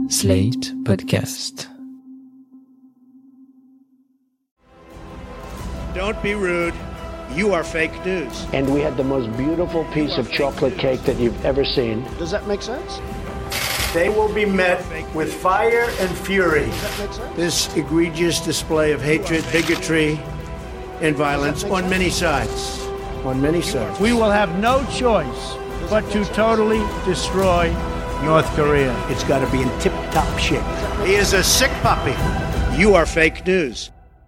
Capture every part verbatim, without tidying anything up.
Slate Podcast. Don't be rude. You are fake news. And we had the most beautiful piece of chocolate cake that you've ever seen. Does that make sense? They will be met with fire and fury. Does that make sense? This egregious display of hatred, bigotry, and violence on many sides. On many sides. We will have no choice but to totally destroy North Korea. It's got to be in tip-top shape. He is a sick puppy. You are fake news.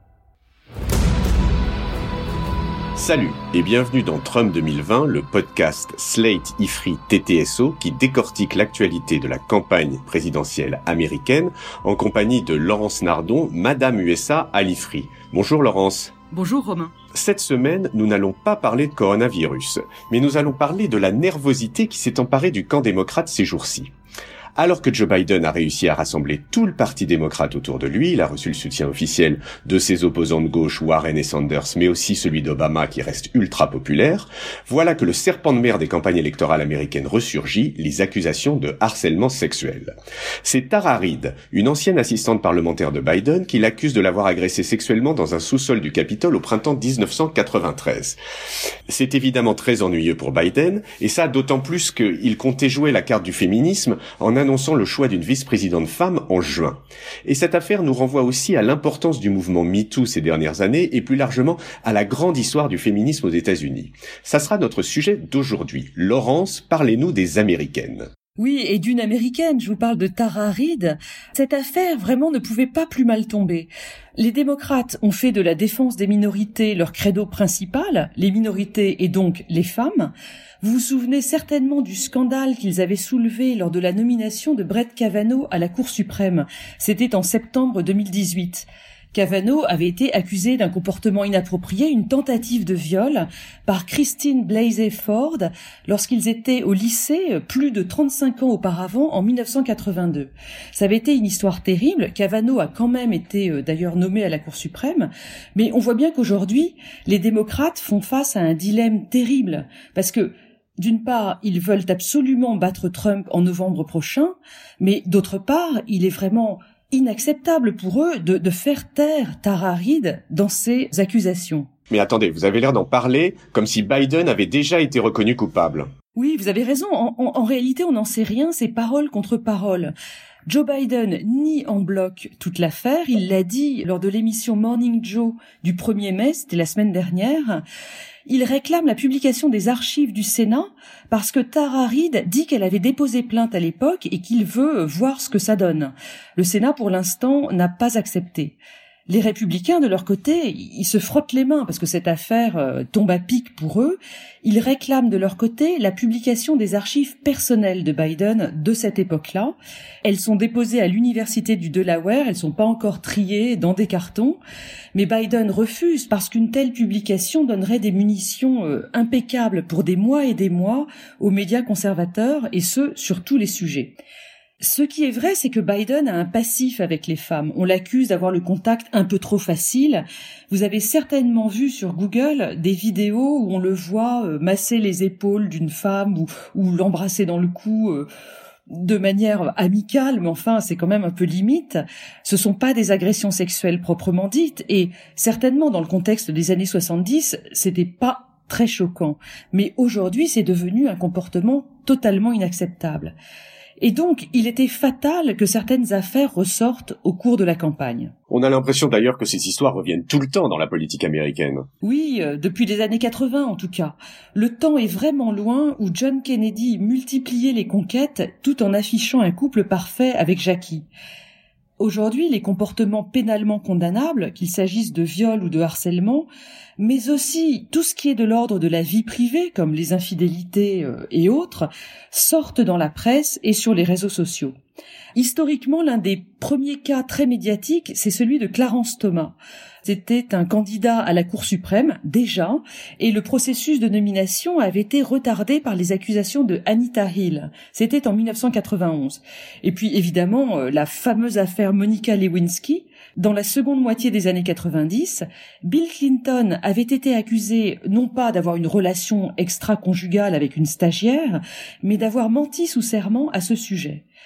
Salut et bienvenue dans Trump deux mille vingt, le podcast Slate IFRI T T S O qui décortique l'actualité de la campagne présidentielle américaine en compagnie de Laurence Nardon, Madame U S A à l'IFRI. Bonjour Laurence. Bonjour Romain. Cette semaine, nous n'allons pas parler de coronavirus, mais nous allons parler de la nervosité qui s'est emparée du camp démocrate ces jours-ci. Alors que Joe Biden a réussi à rassembler tout le parti démocrate autour de lui, il a reçu le soutien officiel de ses opposants de gauche Warren et Sanders, mais aussi celui d'Obama qui reste ultra populaire, voilà que le serpent de mer des campagnes électorales américaines ressurgit, les accusations de harcèlement sexuel. C'est Tara Reade, une ancienne assistante parlementaire de Biden, qui l'accuse de l'avoir agressé sexuellement dans un sous-sol du Capitole au printemps dix-neuf cent quatre-vingt-treize. C'est évidemment très ennuyeux pour Biden, et ça d'autant plus qu'il comptait jouer la carte du féminisme en annonçant le choix d'une vice-présidente femme en juin. Et cette affaire nous renvoie aussi à l'importance du mouvement MeToo ces dernières années et plus largement à la grande histoire du féminisme aux États-Unis. Ça sera notre sujet d'aujourd'hui. Laurence, parlez-nous des Américaines. Oui, et d'une Américaine, je vous parle de Tara Reade. Cette affaire vraiment ne pouvait pas plus mal tomber. Les démocrates ont fait de la défense des minorités leur credo principal, les minorités et donc les femmes. Vous vous souvenez certainement du scandale qu'ils avaient soulevé lors de la nomination de Brett Kavanaugh à la Cour suprême. C'était en septembre deux mille dix-huit. Kavanaugh avait été accusé d'un comportement inapproprié, une tentative de viol, par Christine Blasey Ford lorsqu'ils étaient au lycée plus de trente-cinq ans auparavant, en mille neuf cent quatre-vingt-deux. Ça avait été une histoire terrible. Kavanaugh a quand même été euh, d'ailleurs nommé à la Cour suprême, mais on voit bien qu'aujourd'hui, les démocrates font face à un dilemme terrible, parce que d'une part, ils veulent absolument battre Trump en novembre prochain, mais d'autre part, il est vraiment inacceptable pour eux de, de faire taire Tara Reade dans ces accusations. Mais attendez, vous avez l'air d'en parler comme si Biden avait déjà été reconnu coupable. Oui, vous avez raison. En, en, en réalité, on n'en sait rien, c'est parole contre parole. Joe Biden nie en bloc toute l'affaire. Il l'a dit lors de l'émission Morning Joe du premier mai, c'était la semaine dernière. Il réclame la publication des archives du Sénat parce que Tara Reade dit qu'elle avait déposé plainte à l'époque et qu'il veut voir ce que ça donne. Le Sénat, pour l'instant, n'a pas accepté. Les républicains, de leur côté, ils se frottent les mains parce que cette affaire euh, tombe à pic pour eux. Ils réclament de leur côté la publication des archives personnelles de Biden de cette époque-là. Elles sont déposées à l'université du Delaware, elles sont pas encore triées dans des cartons. Mais Biden refuse parce qu'une telle publication donnerait des munitions euh, impeccables pour des mois et des mois aux médias conservateurs, et ce, sur tous les sujets. Ce qui est vrai, c'est que Biden a un passif avec les femmes. On l'accuse d'avoir le contact un peu trop facile. Vous avez certainement vu sur Google des vidéos où on le voit masser les épaules d'une femme ou, ou l'embrasser dans le cou euh, de manière amicale, mais enfin, c'est quand même un peu limite. Ce sont pas des agressions sexuelles proprement dites, et certainement dans le contexte des années soixante-dix, c'était pas très choquant. Mais aujourd'hui, c'est devenu un comportement totalement inacceptable. Et donc, il était fatal que certaines affaires ressortent au cours de la campagne. On a l'impression d'ailleurs que ces histoires reviennent tout le temps dans la politique américaine. Oui, euh, depuis les années quatre-vingts en tout cas. Le temps est vraiment loin où John Kennedy multipliait les conquêtes tout en affichant un couple parfait avec Jackie. Aujourd'hui, les comportements pénalement condamnables, qu'il s'agisse de viol ou de harcèlement, mais aussi tout ce qui est de l'ordre de la vie privée, comme les infidélités euh, et autres, sortent dans la presse et sur les réseaux sociaux. Historiquement, l'un des premiers cas très médiatiques, c'est celui de Clarence Thomas. C'était un candidat à la Cour suprême, déjà, et le processus de nomination avait été retardé par les accusations de Anita Hill. C'était en mille neuf cent quatre-vingt-onze. Et puis, évidemment, la fameuse affaire Monica Lewinsky. Dans la seconde moitié des années quatre-vingt-dix, Bill Clinton avait été accusé non pas d'avoir une relation extra-conjugale avec une stagiaire, mais d'avoir menti sous serment à ce sujet.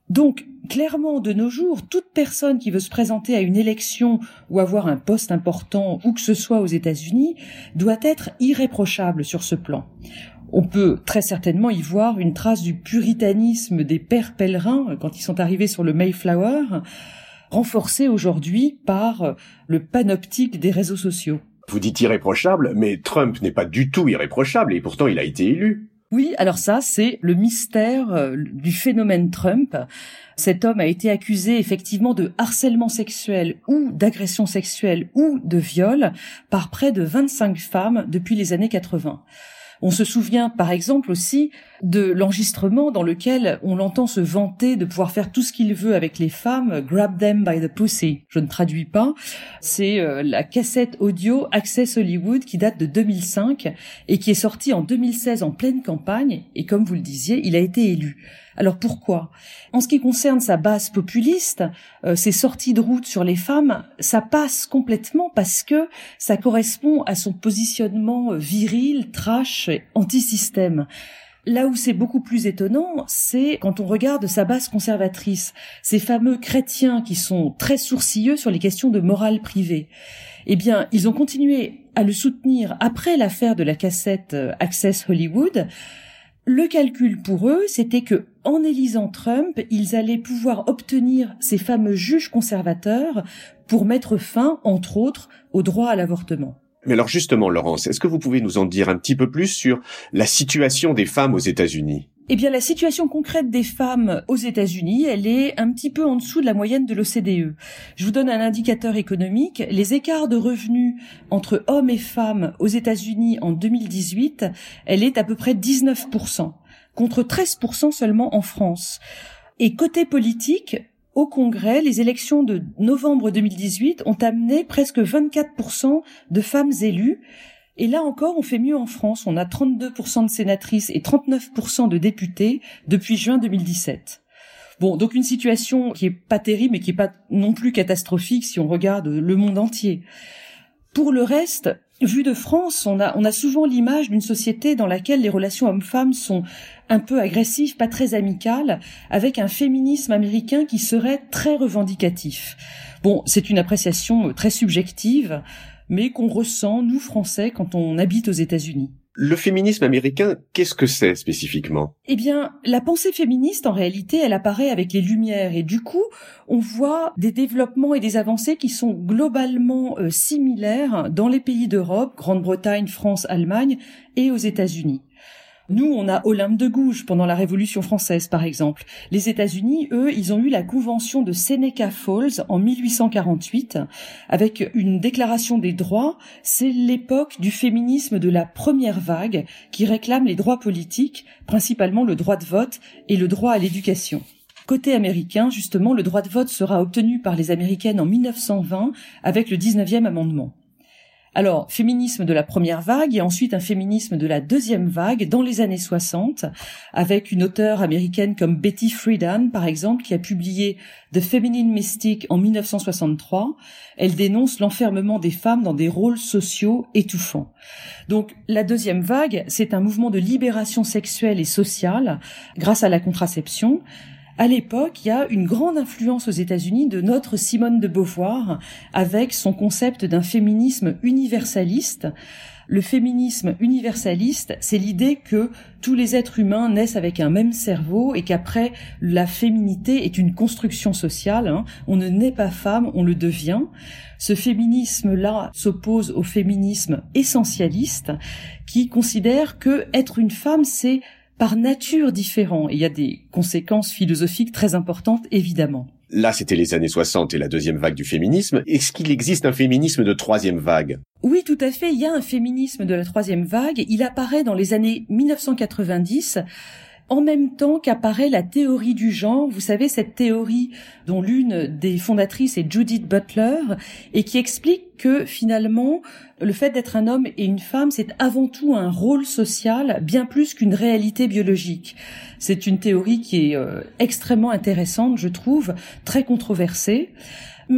Donc, clairement, de nos jours, toute personne qui veut se présenter à une élection ou avoir un poste important, où que ce soit aux États-Unis, doit être irréprochable sur ce plan. On peut très certainement y voir une trace du puritanisme des pères pèlerins quand ils sont arrivés sur le Mayflower, renforcé aujourd'hui par le panoptique des réseaux sociaux. Vous dites irréprochable, mais Trump n'est pas du tout irréprochable et pourtant il a été élu. Oui, alors ça, c'est le mystère du phénomène Trump. Cet homme a été accusé effectivement de harcèlement sexuel ou d'agression sexuelle ou de viol par près de vingt-cinq femmes depuis les années quatre-vingts. On se souvient par exemple aussi de l'enregistrement dans lequel on l'entend se vanter de pouvoir faire tout ce qu'il veut avec les femmes, « grab them by the pussy ». Je ne traduis pas. C'est euh, la cassette audio Access Hollywood qui date de deux mille cinq et qui est sortie en deux mille seize en pleine campagne. Et comme vous le disiez, il a été élu. Alors pourquoi ? En ce qui concerne sa base populiste, euh, ses sorties de route sur les femmes, ça passe complètement parce que ça correspond à son positionnement viril, trash, anti-système. Là où c'est beaucoup plus étonnant, c'est quand on regarde sa base conservatrice, ces fameux chrétiens qui sont très sourcilleux sur les questions de morale privée. Eh bien, ils ont continué à le soutenir après l'affaire de la cassette Access Hollywood. Le calcul pour eux, c'était que, en élisant Trump, ils allaient pouvoir obtenir ces fameux juges conservateurs pour mettre fin, entre autres, au droit à l'avortement. Mais alors justement, Laurence, est-ce que vous pouvez nous en dire un petit peu plus sur la situation des femmes aux États-Unis ? Eh bien, la situation concrète des femmes aux États-Unis, elle est un petit peu en dessous de la moyenne de l'O C D E. Je vous donne un indicateur économique. Les écarts de revenus entre hommes et femmes aux États-Unis en deux mille dix-huit, elle est à peu près dix-neuf pour cent, contre treize pour cent seulement en France. Et côté politique, au Congrès, les élections de novembre deux mille dix-huit ont amené presque vingt-quatre pour cent de femmes élues. Et là encore, on fait mieux en France. On a trente-deux pour cent de sénatrices et trente-neuf pour cent de députés depuis juin deux mille dix-sept. Bon, donc une situation qui est pas terrible, mais qui est pas non plus catastrophique si on regarde le monde entier. Pour le reste, vu de France, on a, on a souvent l'image d'une société dans laquelle les relations hommes-femmes sont un peu agressives, pas très amicales, avec un féminisme américain qui serait très revendicatif. Bon, c'est une appréciation très subjective, mais qu'on ressent, nous, Français, quand on habite aux États-Unis. Le féminisme américain, qu'est-ce que c'est spécifiquement ? Eh bien, la pensée féministe, en réalité, elle apparaît avec les Lumières. Et du coup, on voit des développements et des avancées qui sont globalement euh, similaires dans les pays d'Europe, Grande-Bretagne, France, Allemagne et aux États-Unis. Nous, on a Olympe de Gouges pendant la Révolution française, par exemple. Les États-Unis, eux, ils ont eu la Convention de Seneca Falls en mille huit cent quarante-huit, avec une déclaration des droits. C'est l'époque du féminisme de la première vague, qui réclame les droits politiques, principalement le droit de vote et le droit à l'éducation. Côté américain, justement, le droit de vote sera obtenu par les Américaines en mille neuf cent vingt, avec le dix-neuvième amendement. Alors, féminisme de la première vague et ensuite un féminisme de la deuxième vague dans les années soixante, avec une auteure américaine comme Betty Friedan, par exemple, qui a publié The Feminine Mystic en mille neuf cent soixante-trois. Elle dénonce l'enfermement des femmes dans des rôles sociaux étouffants. Donc, la deuxième vague, c'est un mouvement de libération sexuelle et sociale grâce à la contraception. À l'époque, il y a une grande influence aux États-Unis de notre Simone de Beauvoir avec son concept d'un féminisme universaliste. Le féminisme universaliste, c'est l'idée que tous les êtres humains naissent avec un même cerveau et qu'après, la féminité est une construction sociale. Hein. On ne naît pas femme, on le devient. Ce féminisme-là s'oppose au féminisme essentialiste qui considère que être une femme, c'est par nature différent. Et il y a des conséquences philosophiques très importantes, évidemment. Là, c'était les années soixante et la deuxième vague du féminisme. Est-ce qu'il existe un féminisme de troisième vague ? Oui, tout à fait. Il y a un féminisme de la troisième vague. Il apparaît dans les années mille neuf cent quatre-vingt-dix, en même temps qu'apparaît la théorie du genre. Vous savez, cette théorie dont l'une des fondatrices est Judith Butler et qui explique que finalement, le fait d'être un homme et une femme, c'est avant tout un rôle social, bien plus qu'une réalité biologique. C'est une théorie qui est euh, extrêmement intéressante, je trouve, très controversée. Mais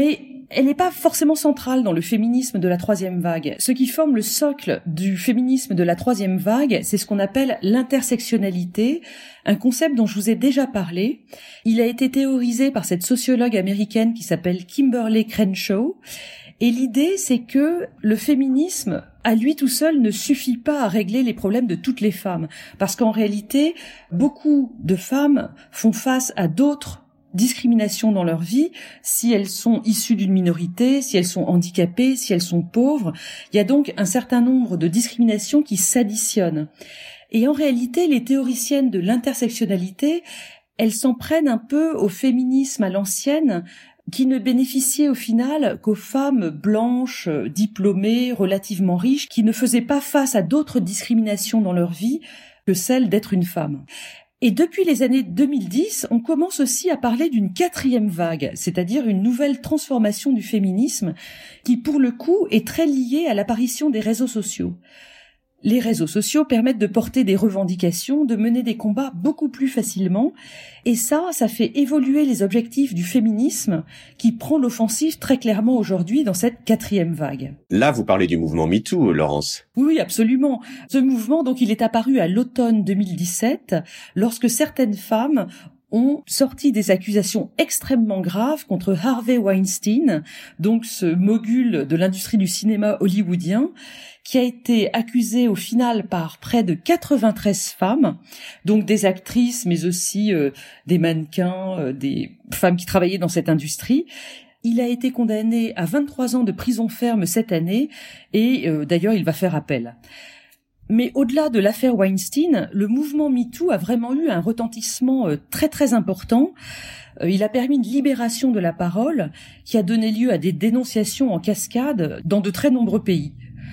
elle n'est pas forcément centrale dans le féminisme de la troisième vague. Ce qui forme le socle du féminisme de la troisième vague, c'est ce qu'on appelle l'intersectionnalité, un concept dont je vous ai déjà parlé. Il a été théorisé par cette sociologue américaine qui s'appelle Kimberly Crenshaw. Et l'idée, c'est que le féminisme, à lui tout seul, ne suffit pas à régler les problèmes de toutes les femmes. Parce qu'en réalité, beaucoup de femmes font face à d'autres discriminations dans leur vie, si elles sont issues d'une minorité, si elles sont handicapées, si elles sont pauvres. Il y a donc un certain nombre de discriminations qui s'additionnent. Et en réalité, les théoriciennes de l'intersectionnalité, elles s'en prennent un peu au féminisme à l'ancienne, qui ne bénéficiait au final qu'aux femmes blanches, diplômées, relativement riches, qui ne faisaient pas face à d'autres discriminations dans leur vie que celle d'être une femme. Et depuis les années deux mille dix, on commence aussi à parler d'une quatrième vague, c'est-à-dire une nouvelle transformation du féminisme qui, pour le coup, est très liée à l'apparition des réseaux sociaux. Les réseaux sociaux permettent de porter des revendications, de mener des combats beaucoup plus facilement. Et ça, ça fait évoluer les objectifs du féminisme qui prend l'offensive très clairement aujourd'hui dans cette quatrième vague. Là, vous parlez du mouvement MeToo, Laurence. Oui, absolument. Ce mouvement, donc, il est apparu à l'automne deux mille dix-sept, lorsque certaines femmes ont sorti des accusations extrêmement graves contre Harvey Weinstein, donc ce mogul de l'industrie du cinéma hollywoodien, qui a été accusé au final par près de quatre-vingt-treize femmes, donc des actrices, mais aussi euh, des mannequins, euh, des femmes qui travaillaient dans cette industrie. Il a été condamné à vingt-trois ans de prison ferme cette année, et euh, d'ailleurs il va faire appel. Mais au-delà de l'affaire Weinstein, le mouvement MeToo a vraiment eu un retentissement euh, très très important. Euh, il a permis une libération de la parole qui a donné lieu à des dénonciations en cascade dans de très nombreux pays.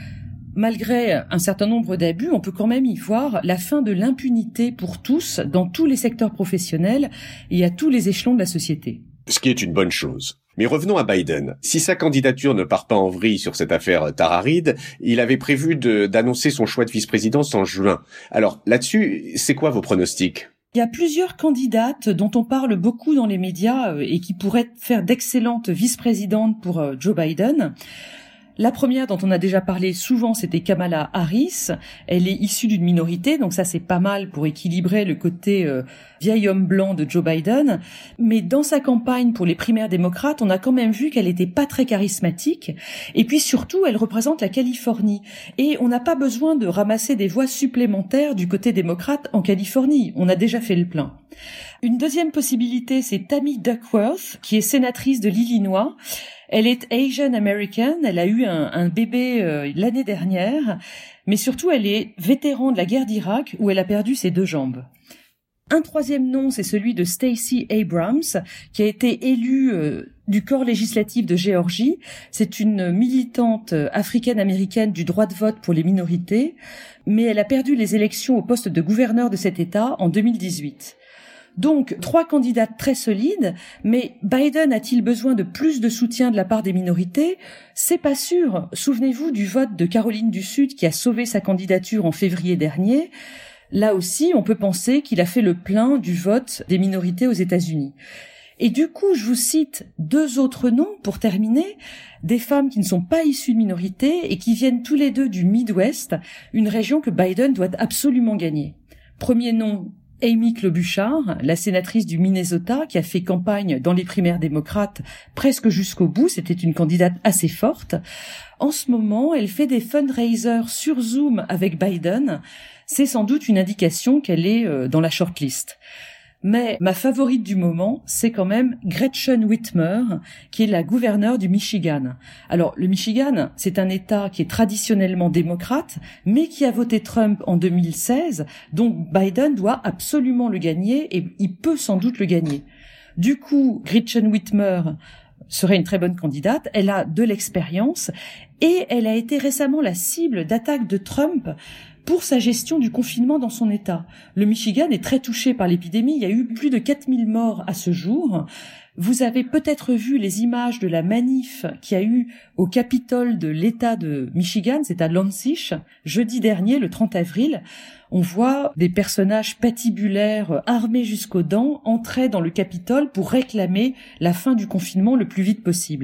Malgré un certain nombre d'abus, on peut quand même y voir la fin de l'impunité pour tous dans tous les secteurs professionnels et à tous les échelons de la société. Ce qui est une bonne chose. Mais revenons à Biden. Si sa candidature ne part pas en vrille sur cette affaire Tara Reade, il avait prévu de, d'annoncer son choix de vice-présidence en juin. Alors là-dessus, c'est quoi vos pronostics ? Il y a plusieurs candidates dont on parle beaucoup dans les médias et qui pourraient faire d'excellentes vice-présidentes pour Joe Biden. La première dont on a déjà parlé souvent, c'était Kamala Harris. Elle est issue d'une minorité, donc ça c'est pas mal pour équilibrer le côté euh, vieil homme blanc de Joe Biden. Mais dans sa campagne pour les primaires démocrates, on a quand même vu qu'elle était pas très charismatique. Et puis surtout, elle représente la Californie. Et on n'a pas besoin de ramasser des voix supplémentaires du côté démocrate en Californie. On a déjà fait le plein. Une deuxième possibilité, c'est Tammy Duckworth, qui est sénatrice de l'Illinois. Elle est Asian American, elle a eu un, un bébé euh, l'année dernière, mais surtout elle est vétéran de la guerre d'Irak où elle a perdu ses deux jambes. Un troisième nom, c'est celui de Stacey Abrams, qui a été élue euh, du corps législatif de Géorgie. C'est une militante africaine-américaine du droit de vote pour les minorités, mais elle a perdu les élections au poste de gouverneur de cet État en deux mille dix-huit. Donc, trois candidates très solides, mais Biden a-t-il besoin de plus de soutien de la part des minorités ? C'est pas sûr. Souvenez-vous du vote de Caroline du Sud qui a sauvé sa candidature en février dernier. Là aussi, on peut penser qu'il a fait le plein du vote des minorités aux États-Unis. Et du coup, je vous cite deux autres noms pour terminer, des femmes qui ne sont pas issues de minorités et qui viennent tous les deux du Midwest, une région que Biden doit absolument gagner. Premier nom, Amy Klobuchar, la sénatrice du Minnesota, qui a fait campagne dans les primaires démocrates presque jusqu'au bout. C'était une candidate assez forte. En ce moment, elle fait des fundraisers sur Zoom avec Biden. C'est sans doute une indication qu'elle est dans la shortlist. Mais ma favorite du moment, c'est quand même Gretchen Whitmer, qui est la gouverneure du Michigan. Alors, le Michigan, c'est un État qui est traditionnellement démocrate, mais qui a voté Trump en deux mille seize, donc Biden doit absolument le gagner, et il peut sans doute le gagner. Du coup, Gretchen Whitmer serait une très bonne candidate, elle a de l'expérience, et elle a été récemment la cible d'attaques de Trump pour sa gestion du confinement dans son État. Le Michigan est très touché par l'épidémie, il y a eu plus de quatre mille morts à ce jour. Vous avez peut-être vu les images de la manif qu'il y a eu au Capitole de l'État de Michigan, c'est à Lansing, jeudi dernier, le trente avril. On voit des personnages patibulaires armés jusqu'aux dents entrer dans le Capitole pour réclamer la fin du confinement le plus vite possible.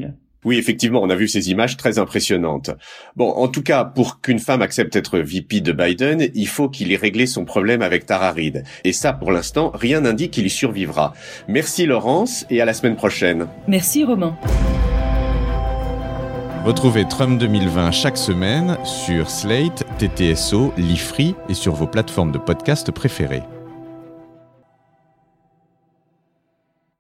Oui, effectivement, on a vu ces images très impressionnantes. Bon, en tout cas, pour qu'une femme accepte d'être V P de Biden, il faut qu'il ait réglé son problème avec Tara Reade. Et ça, pour l'instant, rien n'indique qu'il y survivra. Merci Laurence, et à la semaine prochaine. Merci Romain. Retrouvez Trump deux mille vingt chaque semaine sur Slate, T T S O, Lifree et sur vos plateformes de podcast préférées.